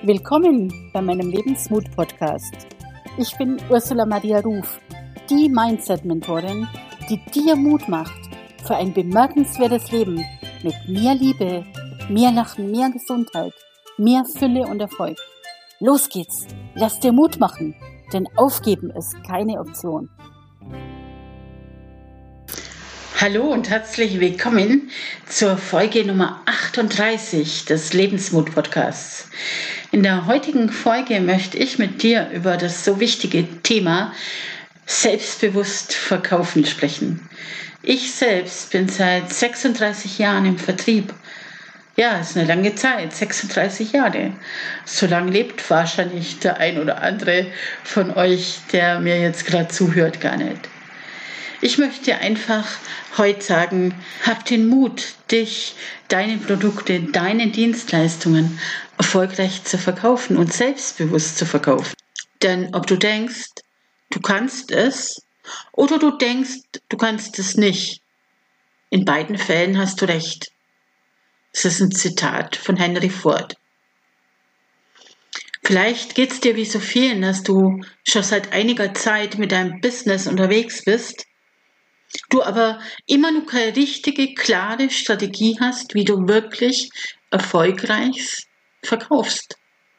Willkommen bei meinem Lebensmut-Podcast. Ich bin Ursula Maria Ruf, die Mindset-Mentorin, die dir Mut macht für ein bemerkenswertes Leben mit mehr Liebe, mehr Lachen, mehr Gesundheit, mehr Fülle und Erfolg. Los geht's, lass dir Mut machen, denn Aufgeben ist keine Option. Hallo und herzlich willkommen zur Folge Nummer 38 des Lebensmut-Podcasts. In der heutigen Folge möchte ich mit dir über das so wichtige Thema selbstbewusst verkaufen sprechen. Ich selbst bin seit 36 Jahren im Vertrieb. Ja, ist eine lange Zeit, 36 Jahre. So lange lebt wahrscheinlich der ein oder andere von euch, der mir jetzt gerade zuhört, gar nicht. Ich möchte einfach heute sagen, hab den Mut, dich, deine Produkte, deine Dienstleistungen erfolgreich zu verkaufen und selbstbewusst zu verkaufen. Denn ob du denkst, du kannst es oder du denkst, du kannst es nicht, in beiden Fällen hast du recht. Das ist ein Zitat von Henry Ford. Vielleicht geht es dir wie so vielen, dass du schon seit einiger Zeit mit deinem Business unterwegs bist, du aber immer noch keine richtige, klare Strategie hast, wie du wirklich erfolgreich verkaufst.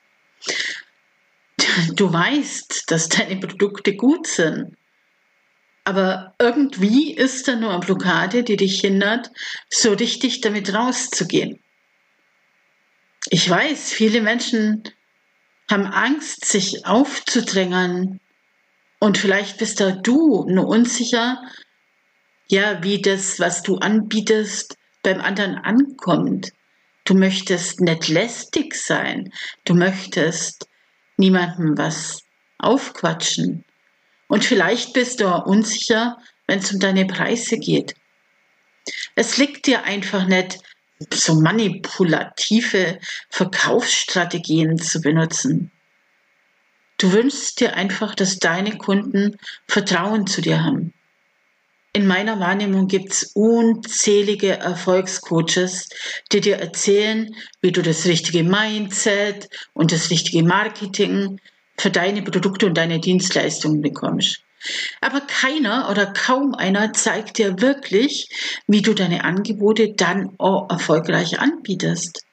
Du weißt, dass deine Produkte gut sind, aber irgendwie ist da nur eine Blockade, die dich hindert, so richtig damit rauszugehen. Ich weiß, viele Menschen haben Angst, sich aufzudrängen, und vielleicht bist da du nur unsicher, wie das, was du anbietest, beim anderen ankommt. Du möchtest nicht lästig sein. Du möchtest niemandem was aufquatschen. Und vielleicht bist du auch unsicher, wenn es um deine Preise geht. Es liegt dir einfach nicht, so manipulative Verkaufsstrategien zu benutzen. Du wünschst dir einfach, dass deine Kunden Vertrauen zu dir haben. In meiner Wahrnehmung gibt es unzählige Erfolgscoaches, die dir erzählen, wie du das richtige Mindset und das richtige Marketing für deine Produkte und deine Dienstleistungen bekommst. Aber keiner oder kaum einer zeigt dir wirklich, wie du deine Angebote dann auch erfolgreich anbietest.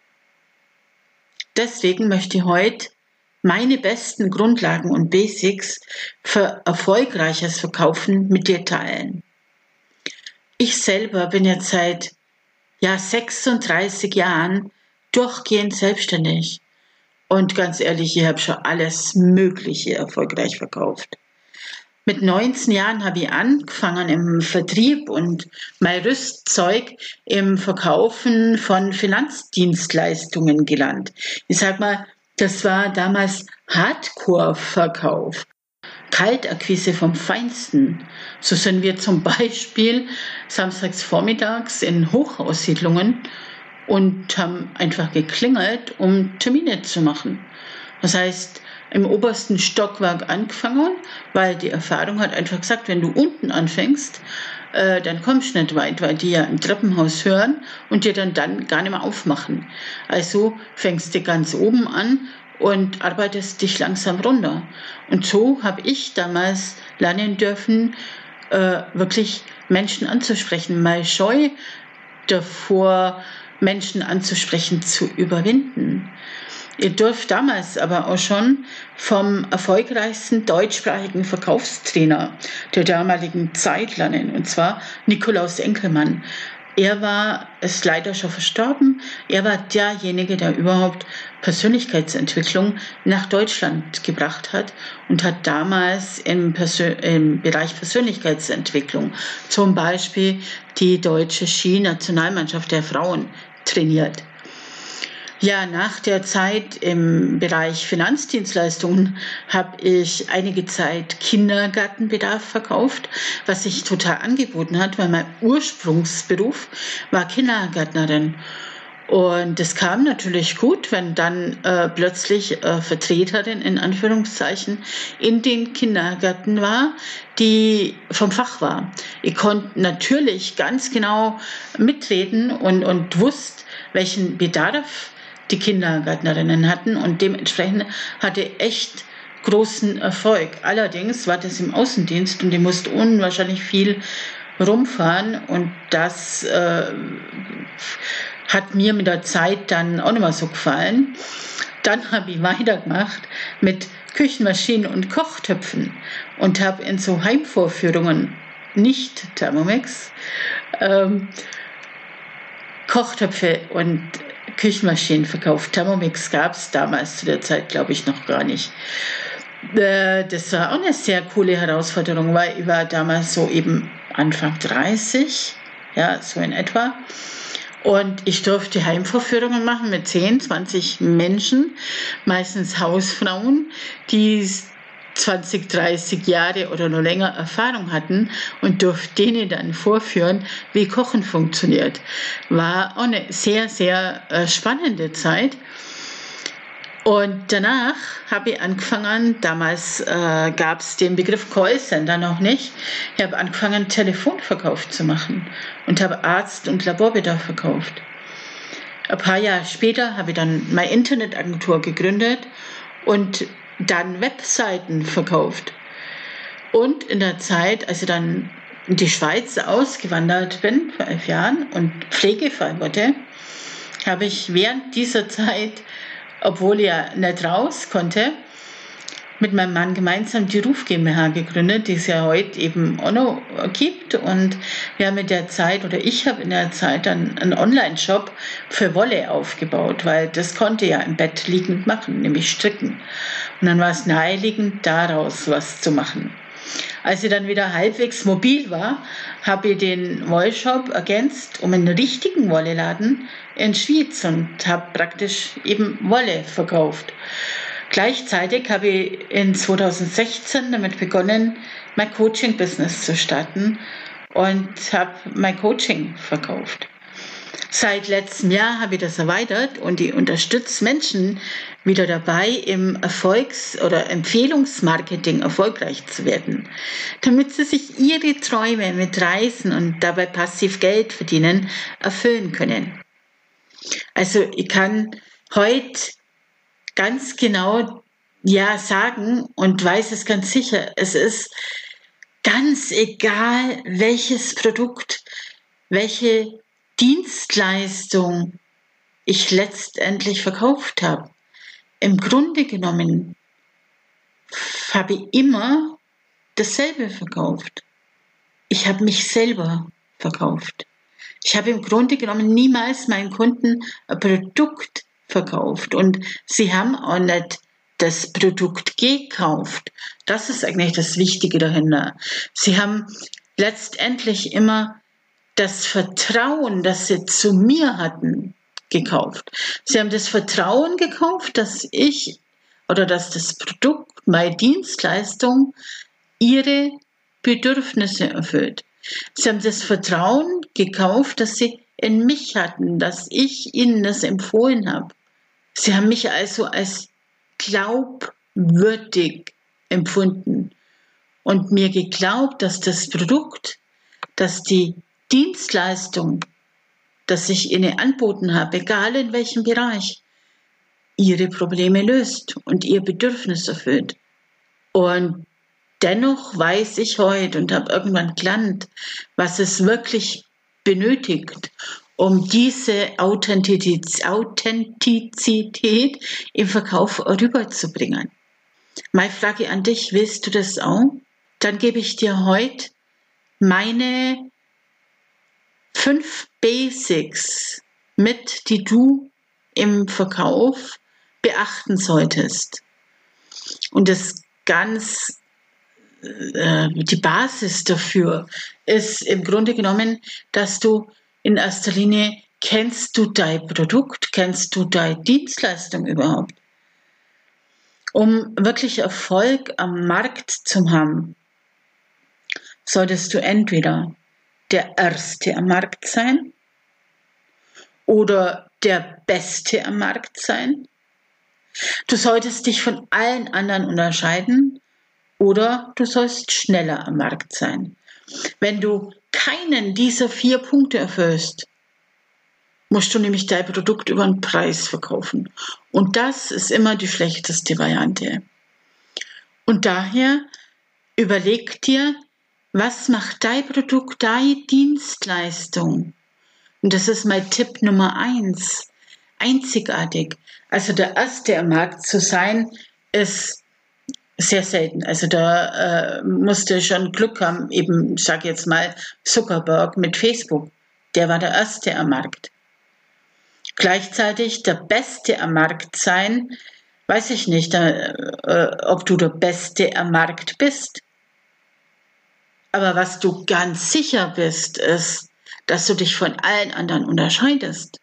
Deswegen möchte ich heute meine besten Grundlagen und Basics für erfolgreiches Verkaufen mit dir teilen. Ich selber bin jetzt seit 36 Jahren durchgehend selbstständig. Und ganz ehrlich, ich habe schon alles Mögliche erfolgreich verkauft. Mit 19 Jahren habe ich angefangen im Vertrieb und mein Rüstzeug im Verkaufen von Finanzdienstleistungen gelernt. Ich sag mal, das war damals Hardcore-Verkauf, Kaltakquise vom Feinsten. So sind wir zum Beispiel samstags vormittags in Hochhaussiedlungen und haben einfach geklingelt, um Termine zu machen. Das heißt, im obersten Stockwerk angefangen, weil die Erfahrung hat einfach gesagt, wenn du unten anfängst, dann kommst du nicht weit, weil die ja im Treppenhaus hören und dir dann gar nicht mehr aufmachen. Also fängst du ganz oben an und arbeitest dich langsam runter. Und so habe ich damals lernen dürfen, wirklich Menschen anzusprechen, mal Scheu davor, Menschen anzusprechen, zu überwinden. Ihr dürft damals aber auch schon vom erfolgreichsten deutschsprachigen Verkaufstrainer der damaligen Zeit lernen, und zwar Nikolaus Enkelmann. Er ist leider schon verstorben. Er war derjenige, der überhaupt Persönlichkeitsentwicklung nach Deutschland gebracht hat und hat damals im Bereich Persönlichkeitsentwicklung zum Beispiel die deutsche Ski-Nationalmannschaft der Frauen trainiert. Ja, nach der Zeit im Bereich Finanzdienstleistungen habe ich einige Zeit Kindergartenbedarf verkauft, was sich total angeboten hat, weil mein Ursprungsberuf war Kindergärtnerin. Und es kam natürlich gut, wenn dann plötzlich Vertreterin in Anführungszeichen in den Kindergärten war, die vom Fach war. Ich konnte natürlich ganz genau mitreden und wusste, welchen Bedarf die Kindergärtnerinnen hatten und dementsprechend hatte echt großen Erfolg. Allerdings war das im Außendienst und die musste unwahrscheinlich viel rumfahren und das hat mir mit der Zeit dann auch nicht mehr so gefallen. Dann habe ich weitergemacht mit Küchenmaschinen und Kochtöpfen und habe in so Heimvorführungen, nicht Thermomix, Kochtöpfe und Küchenmaschinen verkauft. Thermomix gab es damals zu der Zeit, glaube ich, noch gar nicht. Das war auch eine sehr coole Herausforderung, weil ich war damals so eben Anfang 30, ja, so in etwa. Und ich durfte Heimvorführungen machen mit 10, 20 Menschen, meistens Hausfrauen, die 20, 30 Jahre oder noch länger Erfahrung hatten und durfte denen dann vorführen, wie Kochen funktioniert. War auch eine sehr, sehr spannende Zeit. Und danach habe ich angefangen, damals gab es den Begriff Callcenter noch nicht, ich habe angefangen, Telefonverkauf zu machen und habe Arzt- und Laborbedarf verkauft. Ein paar Jahre später habe ich dann meine Internetagentur gegründet und dann Webseiten verkauft. Und in der Zeit, als ich dann in die Schweiz ausgewandert bin, vor 11 Jahren, und pflegefrei wurde, habe ich während dieser Zeit, obwohl ich ja nicht raus konnte, mit meinem Mann gemeinsam die Ruf GmbH gegründet, die es ja heute eben auch noch gibt. Und wir haben in der Zeit, oder ich habe in der Zeit dann einen Online-Shop für Wolle aufgebaut, weil das konnte ja im Bett liegend machen, nämlich stricken. Und dann war es naheliegend, daraus was zu machen. Als ich dann wieder halbwegs mobil war, habe ich den Wollshop ergänzt um einen richtigen Wolleladen in Schwyz und habe praktisch eben Wolle verkauft. Gleichzeitig habe ich in 2016 damit begonnen, mein Coaching-Business zu starten und habe mein Coaching verkauft. Seit letztem Jahr habe ich das erweitert und ich unterstütze Menschen wieder dabei, im oder Empfehlungsmarketing erfolgreich zu werden, damit sie sich ihre Träume mit Reisen und dabei passiv Geld verdienen erfüllen können. Also ich kann heute ganz genau sagen und weiß es ganz sicher, es ist ganz egal, welches Produkt, welche Dienstleistung ich letztendlich verkauft habe. Im Grunde genommen habe ich immer dasselbe verkauft. Ich habe mich selber verkauft. Ich habe im Grunde genommen niemals meinen Kunden ein Produkt verkauft und sie haben auch nicht das Produkt gekauft. Das ist eigentlich das Wichtige dahinter. Sie haben letztendlich immer das Vertrauen, das sie zu mir hatten, gekauft. Sie haben das Vertrauen gekauft, dass das Produkt, meine Dienstleistung, ihre Bedürfnisse erfüllt. Sie haben das Vertrauen gekauft, das sie in mich hatten, dass ich ihnen das empfohlen habe. Sie haben mich also als glaubwürdig empfunden und mir geglaubt, dass das Produkt, dass die Dienstleistung, das ich ihnen angeboten habe, egal in welchem Bereich, ihre Probleme löst und ihr Bedürfnis erfüllt. Und dennoch weiß ich heute und habe irgendwann gelernt, was es wirklich benötigt, um diese Authentizität im Verkauf rüberzubringen. Meine Frage an dich, willst du das auch? Dann gebe ich dir heute meine 5 Basics mit, die du im Verkauf beachten solltest. Und die Basis dafür ist im Grunde genommen, dass du in erster Linie, kennst du dein Produkt, kennst du deine Dienstleistung überhaupt? Um wirklich Erfolg am Markt zu haben, solltest du entweder der Erste am Markt sein oder der Beste am Markt sein. Du solltest dich von allen anderen unterscheiden oder du sollst schneller am Markt sein. Wenn du keinen dieser 4 Punkte erfüllst, musst du nämlich dein Produkt über den Preis verkaufen. Und das ist immer die schlechteste Variante. Und daher überleg dir, was macht dein Produkt, deine Dienstleistung? Und das ist mein Tipp Nummer 1. Einzigartig. Also der Erste am Markt zu sein, ist sehr selten. Also da musst du schon Glück haben, eben, ich sage jetzt mal, Zuckerberg mit Facebook. Der war der Erste am Markt. Gleichzeitig der Beste am Markt sein, weiß ich nicht, ob du der Beste am Markt bist. Aber was du ganz sicher bist, ist, dass du dich von allen anderen unterscheidest.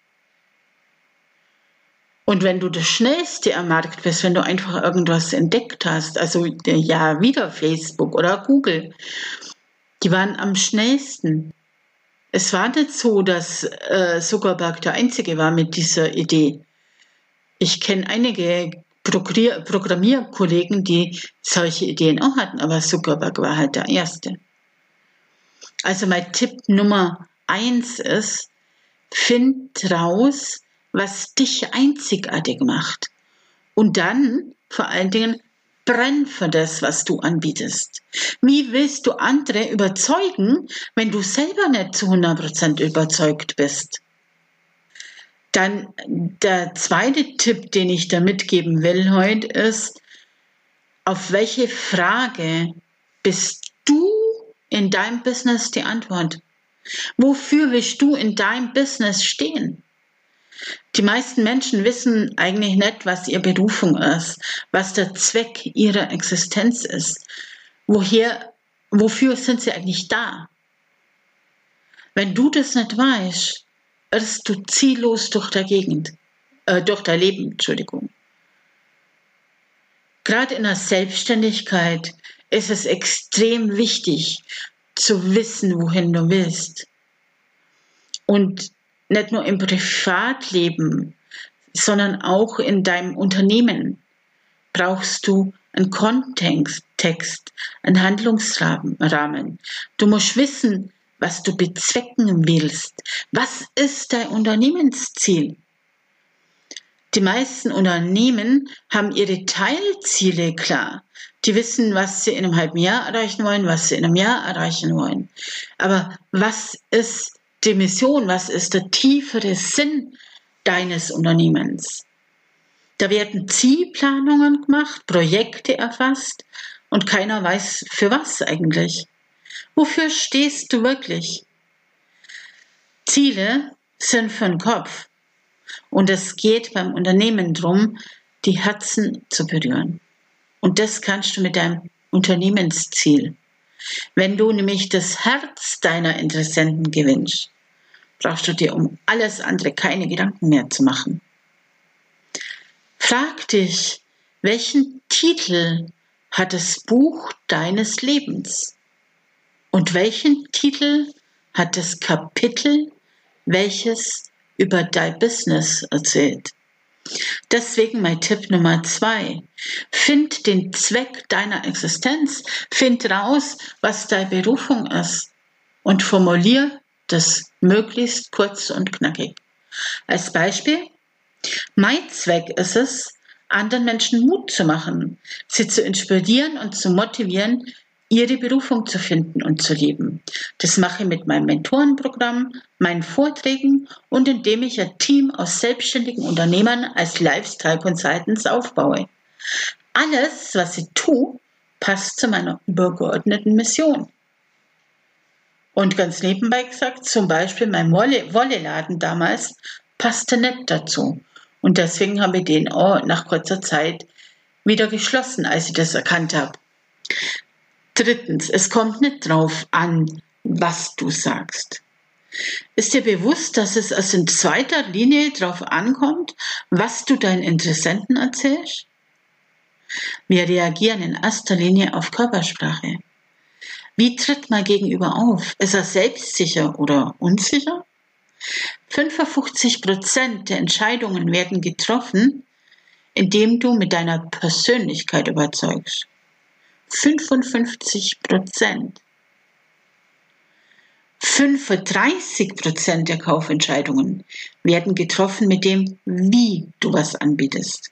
Und wenn du das Schnellste am Markt bist, wenn du einfach irgendwas entdeckt hast, also ja, wieder Facebook oder Google, die waren am schnellsten. Es war nicht so, dass Zuckerberg der Einzige war mit dieser Idee. Ich kenne einige Programmierkollegen, die solche Ideen auch hatten, aber Zuckerberg war halt der Erste. Also mein Tipp Nummer 1 ist, find raus, was dich einzigartig macht. Und dann vor allen Dingen brenn für das, was du anbietest. Wie willst du andere überzeugen, wenn du selber nicht zu 100% überzeugt bist? Dann der zweite Tipp, den ich da mitgeben will heute, ist, auf welche Frage bist du in deinem Business die Antwort? Wofür willst du in deinem Business stehen? Die meisten Menschen wissen eigentlich nicht, was ihre Berufung ist, was der Zweck ihrer Existenz ist. Wofür sind sie eigentlich da? Wenn du das nicht weißt, irrst du ziellos durch dein Leben, Entschuldigung. Gerade in der Selbstständigkeit ist es extrem wichtig, zu wissen, wohin du willst. Und nicht nur im Privatleben, sondern auch in deinem Unternehmen brauchst du einen Kontext, einen Handlungsrahmen. Du musst wissen, was du bezwecken willst. Was ist dein Unternehmensziel? Die meisten Unternehmen haben ihre Teilziele klar. Die wissen, was sie in einem halben Jahr erreichen wollen, was sie in einem Jahr erreichen wollen. Aber was ist die Mission, was ist der tiefere Sinn deines Unternehmens? Da werden Zielplanungen gemacht, Projekte erfasst und keiner weiß für was eigentlich. Wofür stehst du wirklich? Ziele sind für den Kopf und es geht beim Unternehmen darum, die Herzen zu berühren. Und das kannst du mit deinem Unternehmensziel. Wenn du nämlich das Herz deiner Interessenten gewinnst, brauchst du dir um alles andere keine Gedanken mehr zu machen. Frag dich, welchen Titel hat das Buch deines Lebens? Und welchen Titel hat das Kapitel, welches über dein Business erzählt? Deswegen mein Tipp Nummer 2. Find den Zweck deiner Existenz. Find raus, was deine Berufung ist. Und formulier das möglichst kurz und knackig. Als Beispiel, mein Zweck ist es, anderen Menschen Mut zu machen, sie zu inspirieren und zu motivieren, ihre Berufung zu finden und zu leben. Das mache ich mit meinem Mentorenprogramm, meinen Vorträgen und indem ich ein Team aus selbstständigen Unternehmern als Lifestyle Consultants aufbaue. Alles, was ich tue, passt zu meiner übergeordneten Mission. Und ganz nebenbei gesagt, zum Beispiel mein Wolleladen damals passte nicht dazu. Und deswegen habe ich den auch nach kurzer Zeit wieder geschlossen, als ich das erkannt habe. Drittens, es kommt nicht drauf an, was du sagst. Ist dir bewusst, dass es also in zweiter Linie drauf ankommt, was du deinen Interessenten erzählst? Wir reagieren in erster Linie auf Körpersprache. Wie tritt man gegenüber auf? Ist er selbstsicher oder unsicher? 55% der Entscheidungen werden getroffen, indem du mit deiner Persönlichkeit überzeugst. 55%. 35% der Kaufentscheidungen werden getroffen mit dem, wie du was anbietest.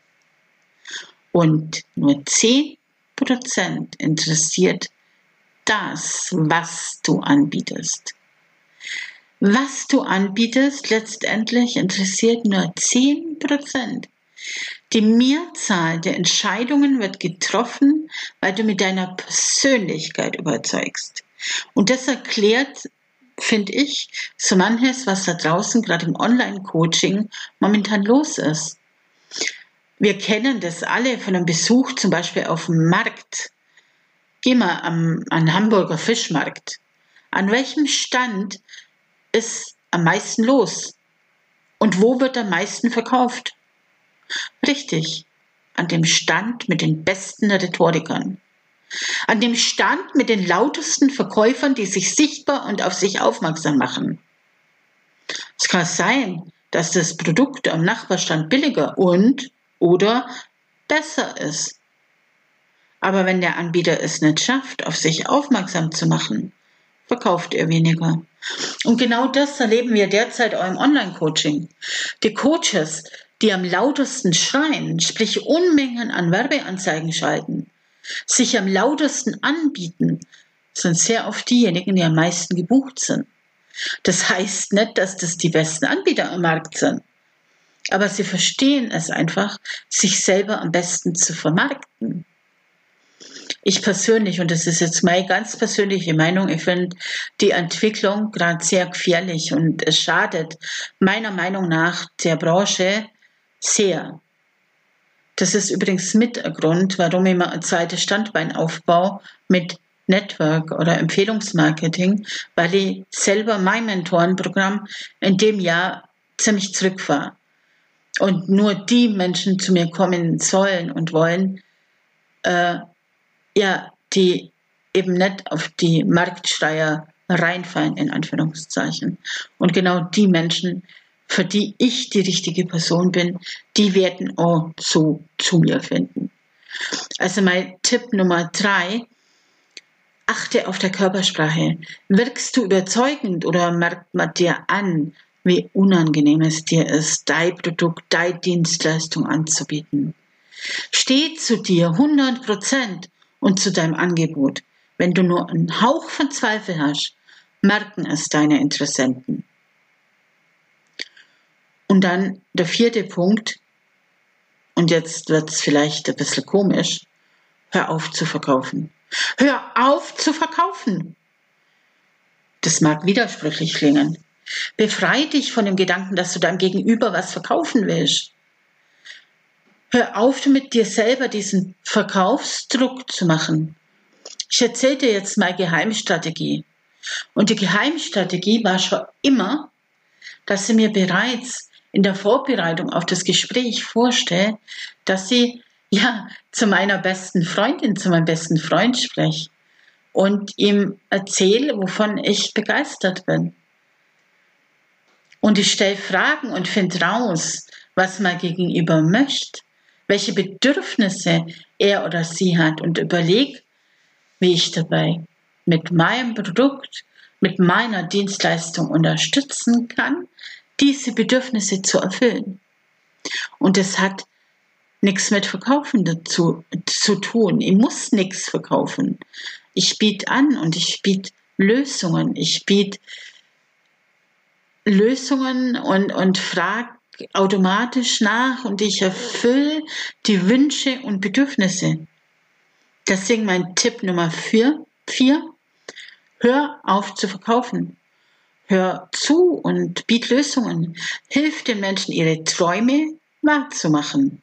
Und nur 10% interessiert das, was du anbietest. Was du anbietest, letztendlich interessiert nur 10%. Die Mehrzahl der Entscheidungen wird getroffen, weil du mit deiner Persönlichkeit überzeugst. Und das erklärt, finde ich, so manches, was da draußen gerade im Online-Coaching momentan los ist. Wir kennen das alle von einem Besuch zum Beispiel auf dem Markt. Geh mal an Hamburger Fischmarkt. An welchem Stand ist am meisten los? Und wo wird am meisten verkauft? Richtig, an dem Stand mit den besten Rhetorikern. An dem Stand mit den lautesten Verkäufern, die sich sichtbar und auf sich aufmerksam machen. Es kann sein, dass das Produkt am Nachbarstand billiger oder besser ist. Aber wenn der Anbieter es nicht schafft, auf sich aufmerksam zu machen, verkauft er weniger. Und genau das erleben wir derzeit auch im Online-Coaching. Die Coaches, die am lautesten schreien, sprich Unmengen an Werbeanzeigen schalten, sich am lautesten anbieten, sind sehr oft diejenigen, die am meisten gebucht sind. Das heißt nicht, dass das die besten Anbieter am Markt sind. Aber sie verstehen es einfach, sich selber am besten zu vermarkten. Ich persönlich, und das ist jetzt meine ganz persönliche Meinung, ich finde die Entwicklung gerade sehr gefährlich und es schadet meiner Meinung nach der Branche sehr. Das ist übrigens mit ein Grund, warum ich mal ein zweites Standbein aufbaue mit Network oder Empfehlungsmarketing, weil ich selber mein Mentorenprogramm in dem Jahr ziemlich zurück war. Und nur die Menschen zu mir kommen sollen und wollen, die eben nicht auf die Marktschreier reinfallen, in Anführungszeichen. Und genau die Menschen, für die ich die richtige Person bin, die werden auch so zu mir finden. Also mein Tipp Nummer 3, achte auf der Körpersprache. Wirkst du überzeugend oder merkt man dir an, wie unangenehm es dir ist, dein Produkt, deine Dienstleistung anzubieten? Steh zu dir 100% und zu deinem Angebot. Wenn du nur einen Hauch von Zweifel hast, merken es deine Interessenten. Und dann der 4. Punkt, und jetzt wird es vielleicht ein bisschen komisch, hör auf zu verkaufen. Hör auf zu verkaufen! Das mag widersprüchlich klingen. Befreie dich von dem Gedanken, dass du deinem Gegenüber was verkaufen willst. Hör auf damit, dir selber diesen Verkaufsdruck zu machen. Ich erzähle dir jetzt meine Geheimstrategie. Und die Geheimstrategie war schon immer, dass sie mir bereits in der Vorbereitung auf das Gespräch vorstelle, dass sie zu meiner besten Freundin, zu meinem besten Freund spreche und ihm erzähle, wovon ich begeistert bin. Und ich stelle Fragen und finde raus, was mein Gegenüber möchte, welche Bedürfnisse er oder sie hat und überlege, wie ich dabei mit meinem Produkt, mit meiner Dienstleistung unterstützen kann, diese Bedürfnisse zu erfüllen. Und das hat nichts mit Verkaufen dazu zu tun. Ich muss nichts verkaufen. Ich biete an und ich biete Lösungen. Ich biete Lösungen und frage automatisch nach und ich erfülle die Wünsche und Bedürfnisse. Deswegen mein Tipp Nummer 4, hör auf zu verkaufen. Hör zu und biet Lösungen. Hilf den Menschen, ihre Träume wahrzumachen.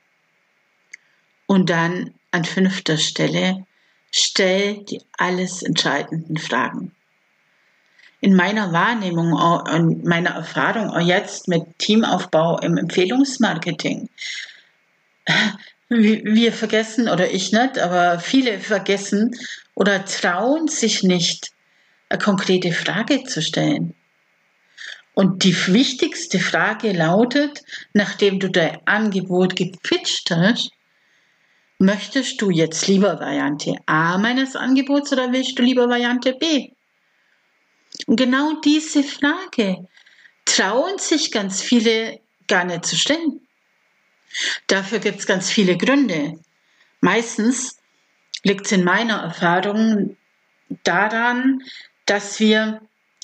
Und dann an 5. Stelle, stell die alles entscheidenden Fragen. In meiner Wahrnehmung und meiner Erfahrung auch jetzt mit Teamaufbau im Empfehlungsmarketing, wir vergessen, oder ich nicht, aber viele vergessen oder trauen sich nicht, eine konkrete Frage zu stellen. Und die wichtigste Frage lautet, nachdem du dein Angebot gepitcht hast, möchtest du jetzt lieber Variante A meines Angebots oder willst du lieber Variante B? Und genau diese Frage trauen sich ganz viele gar nicht zu stellen. Dafür gibt es ganz viele Gründe. Meistens liegt es in meiner Erfahrung daran, dass wir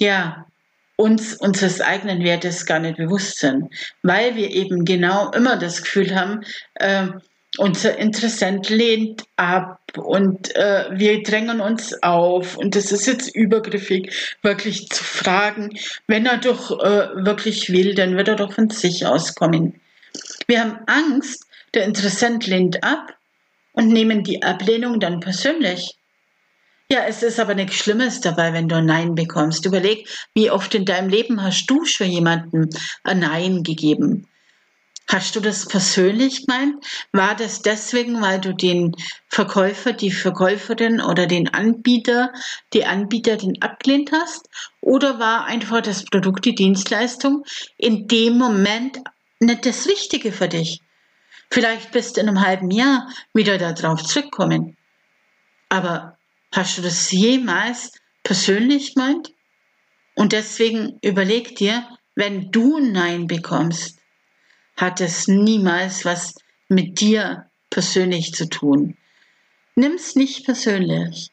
uns unseres eigenen Wertes gar nicht bewusst sind, weil wir eben genau immer das Gefühl haben, unser Interessent lehnt ab und wir drängen uns auf und es ist jetzt übergriffig, wirklich zu fragen, wenn er doch wirklich will, dann wird er doch von sich auskommen. Wir haben Angst, der Interessent lehnt ab und nehmen die Ablehnung dann persönlich. Ja, es ist aber nichts Schlimmes dabei, wenn du ein Nein bekommst. Überleg, wie oft in deinem Leben hast du schon jemandem ein Nein gegeben? Hast du das persönlich gemeint? War das deswegen, weil du den Verkäufer, die Verkäuferin oder den Anbieter, die Anbieterin abgelehnt hast? Oder war einfach das Produkt, die Dienstleistung in dem Moment nicht das Richtige für dich? Vielleicht bist du in einem halben Jahr wieder darauf zurückkommen. Aber hast du das jemals persönlich gemeint? Und deswegen überleg dir, wenn du ein Nein bekommst, hat es niemals was mit dir persönlich zu tun. Nimm's nicht persönlich.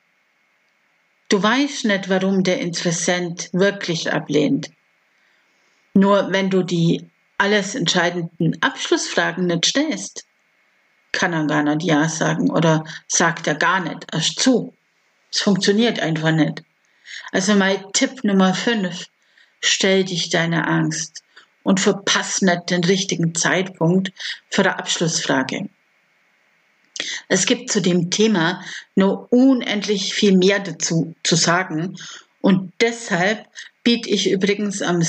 Du weißt nicht, warum der Interessent wirklich ablehnt. Nur wenn du die alles entscheidenden Abschlussfragen nicht stellst, kann er gar nicht Ja sagen oder sagt er gar nicht erst zu. Es funktioniert einfach nicht. Also mein Tipp Nummer 5, stell dich deiner Angst und verpass nicht den richtigen Zeitpunkt für eine Abschlussfrage. Es gibt zu dem Thema nur unendlich viel mehr dazu zu sagen und deshalb biete ich übrigens am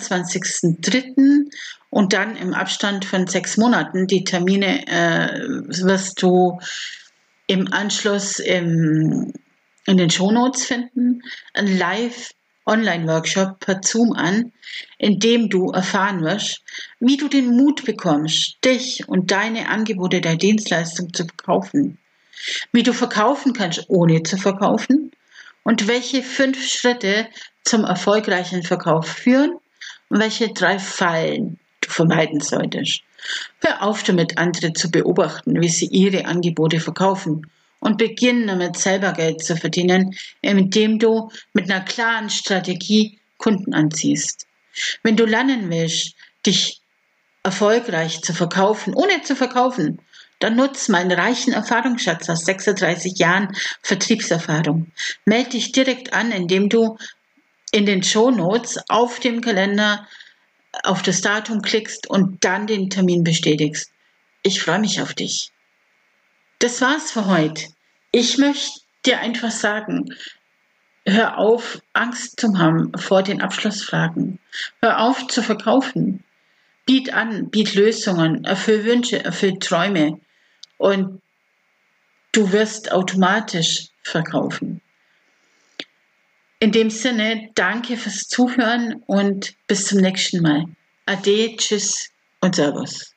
27.03. und dann im Abstand von 6 Monaten die Termine wirst du im Anschluss in den Shownotes finden, ein Live-Online-Workshop per Zoom an, in dem du erfahren wirst, wie du den Mut bekommst, dich und deine Angebote der Dienstleistung zu verkaufen, wie du verkaufen kannst, ohne zu verkaufen und welche 5 Schritte zum erfolgreichen Verkauf führen und welche 3 Fallen du vermeiden solltest. Hör auf damit, andere zu beobachten, wie sie ihre Angebote verkaufen und beginn damit selber Geld zu verdienen, indem du mit einer klaren Strategie Kunden anziehst. Wenn du lernen willst, dich erfolgreich zu verkaufen, ohne zu verkaufen, dann nutz meinen reichen Erfahrungsschatz aus 36 Jahren Vertriebserfahrung. Meld dich direkt an, indem du in den Shownotes auf dem Kalender auf das Datum klickst und dann den Termin bestätigst. Ich freue mich auf dich. Das war's für heute. Ich möchte dir einfach sagen, hör auf, Angst zu haben vor den Abschlussfragen. Hör auf zu verkaufen. Biet an, biet Lösungen, erfüll Wünsche, erfüll Träume und du wirst automatisch verkaufen. In dem Sinne, danke fürs Zuhören und bis zum nächsten Mal. Ade, tschüss und servus.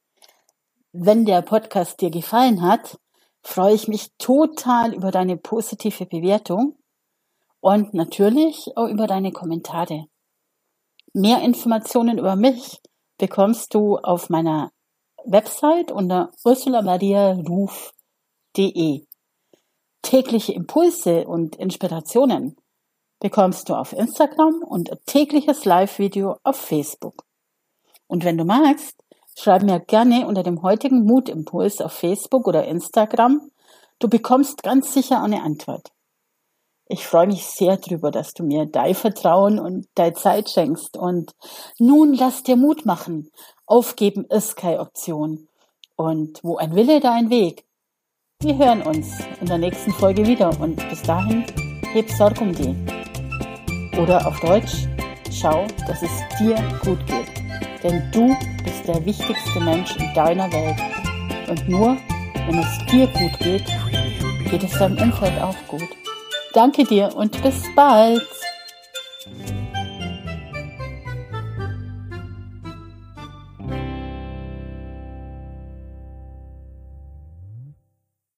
Wenn der Podcast dir gefallen hat, freue ich mich total über deine positive Bewertung und natürlich auch über deine Kommentare. Mehr Informationen über mich bekommst du auf meiner Website unter ursulamariaruf.de. Tägliche Impulse und Inspirationen bekommst du auf Instagram und ein tägliches Live-Video auf Facebook. Und wenn du magst, schreib mir gerne unter dem heutigen Mutimpuls auf Facebook oder Instagram. Du bekommst ganz sicher eine Antwort. Ich freue mich sehr drüber, dass du mir dein Vertrauen und deine Zeit schenkst. Und nun lass dir Mut machen. Aufgeben ist keine Option. Und wo ein Wille, da ein Weg. Wir hören uns in der nächsten Folge wieder. Und bis dahin, heb Sorg um dich. Oder auf Deutsch, schau, dass es dir gut geht. Denn du bist der wichtigste Mensch in deiner Welt. Und nur, wenn es dir gut geht, geht es deinem Umfeld auch gut. Danke dir und bis bald.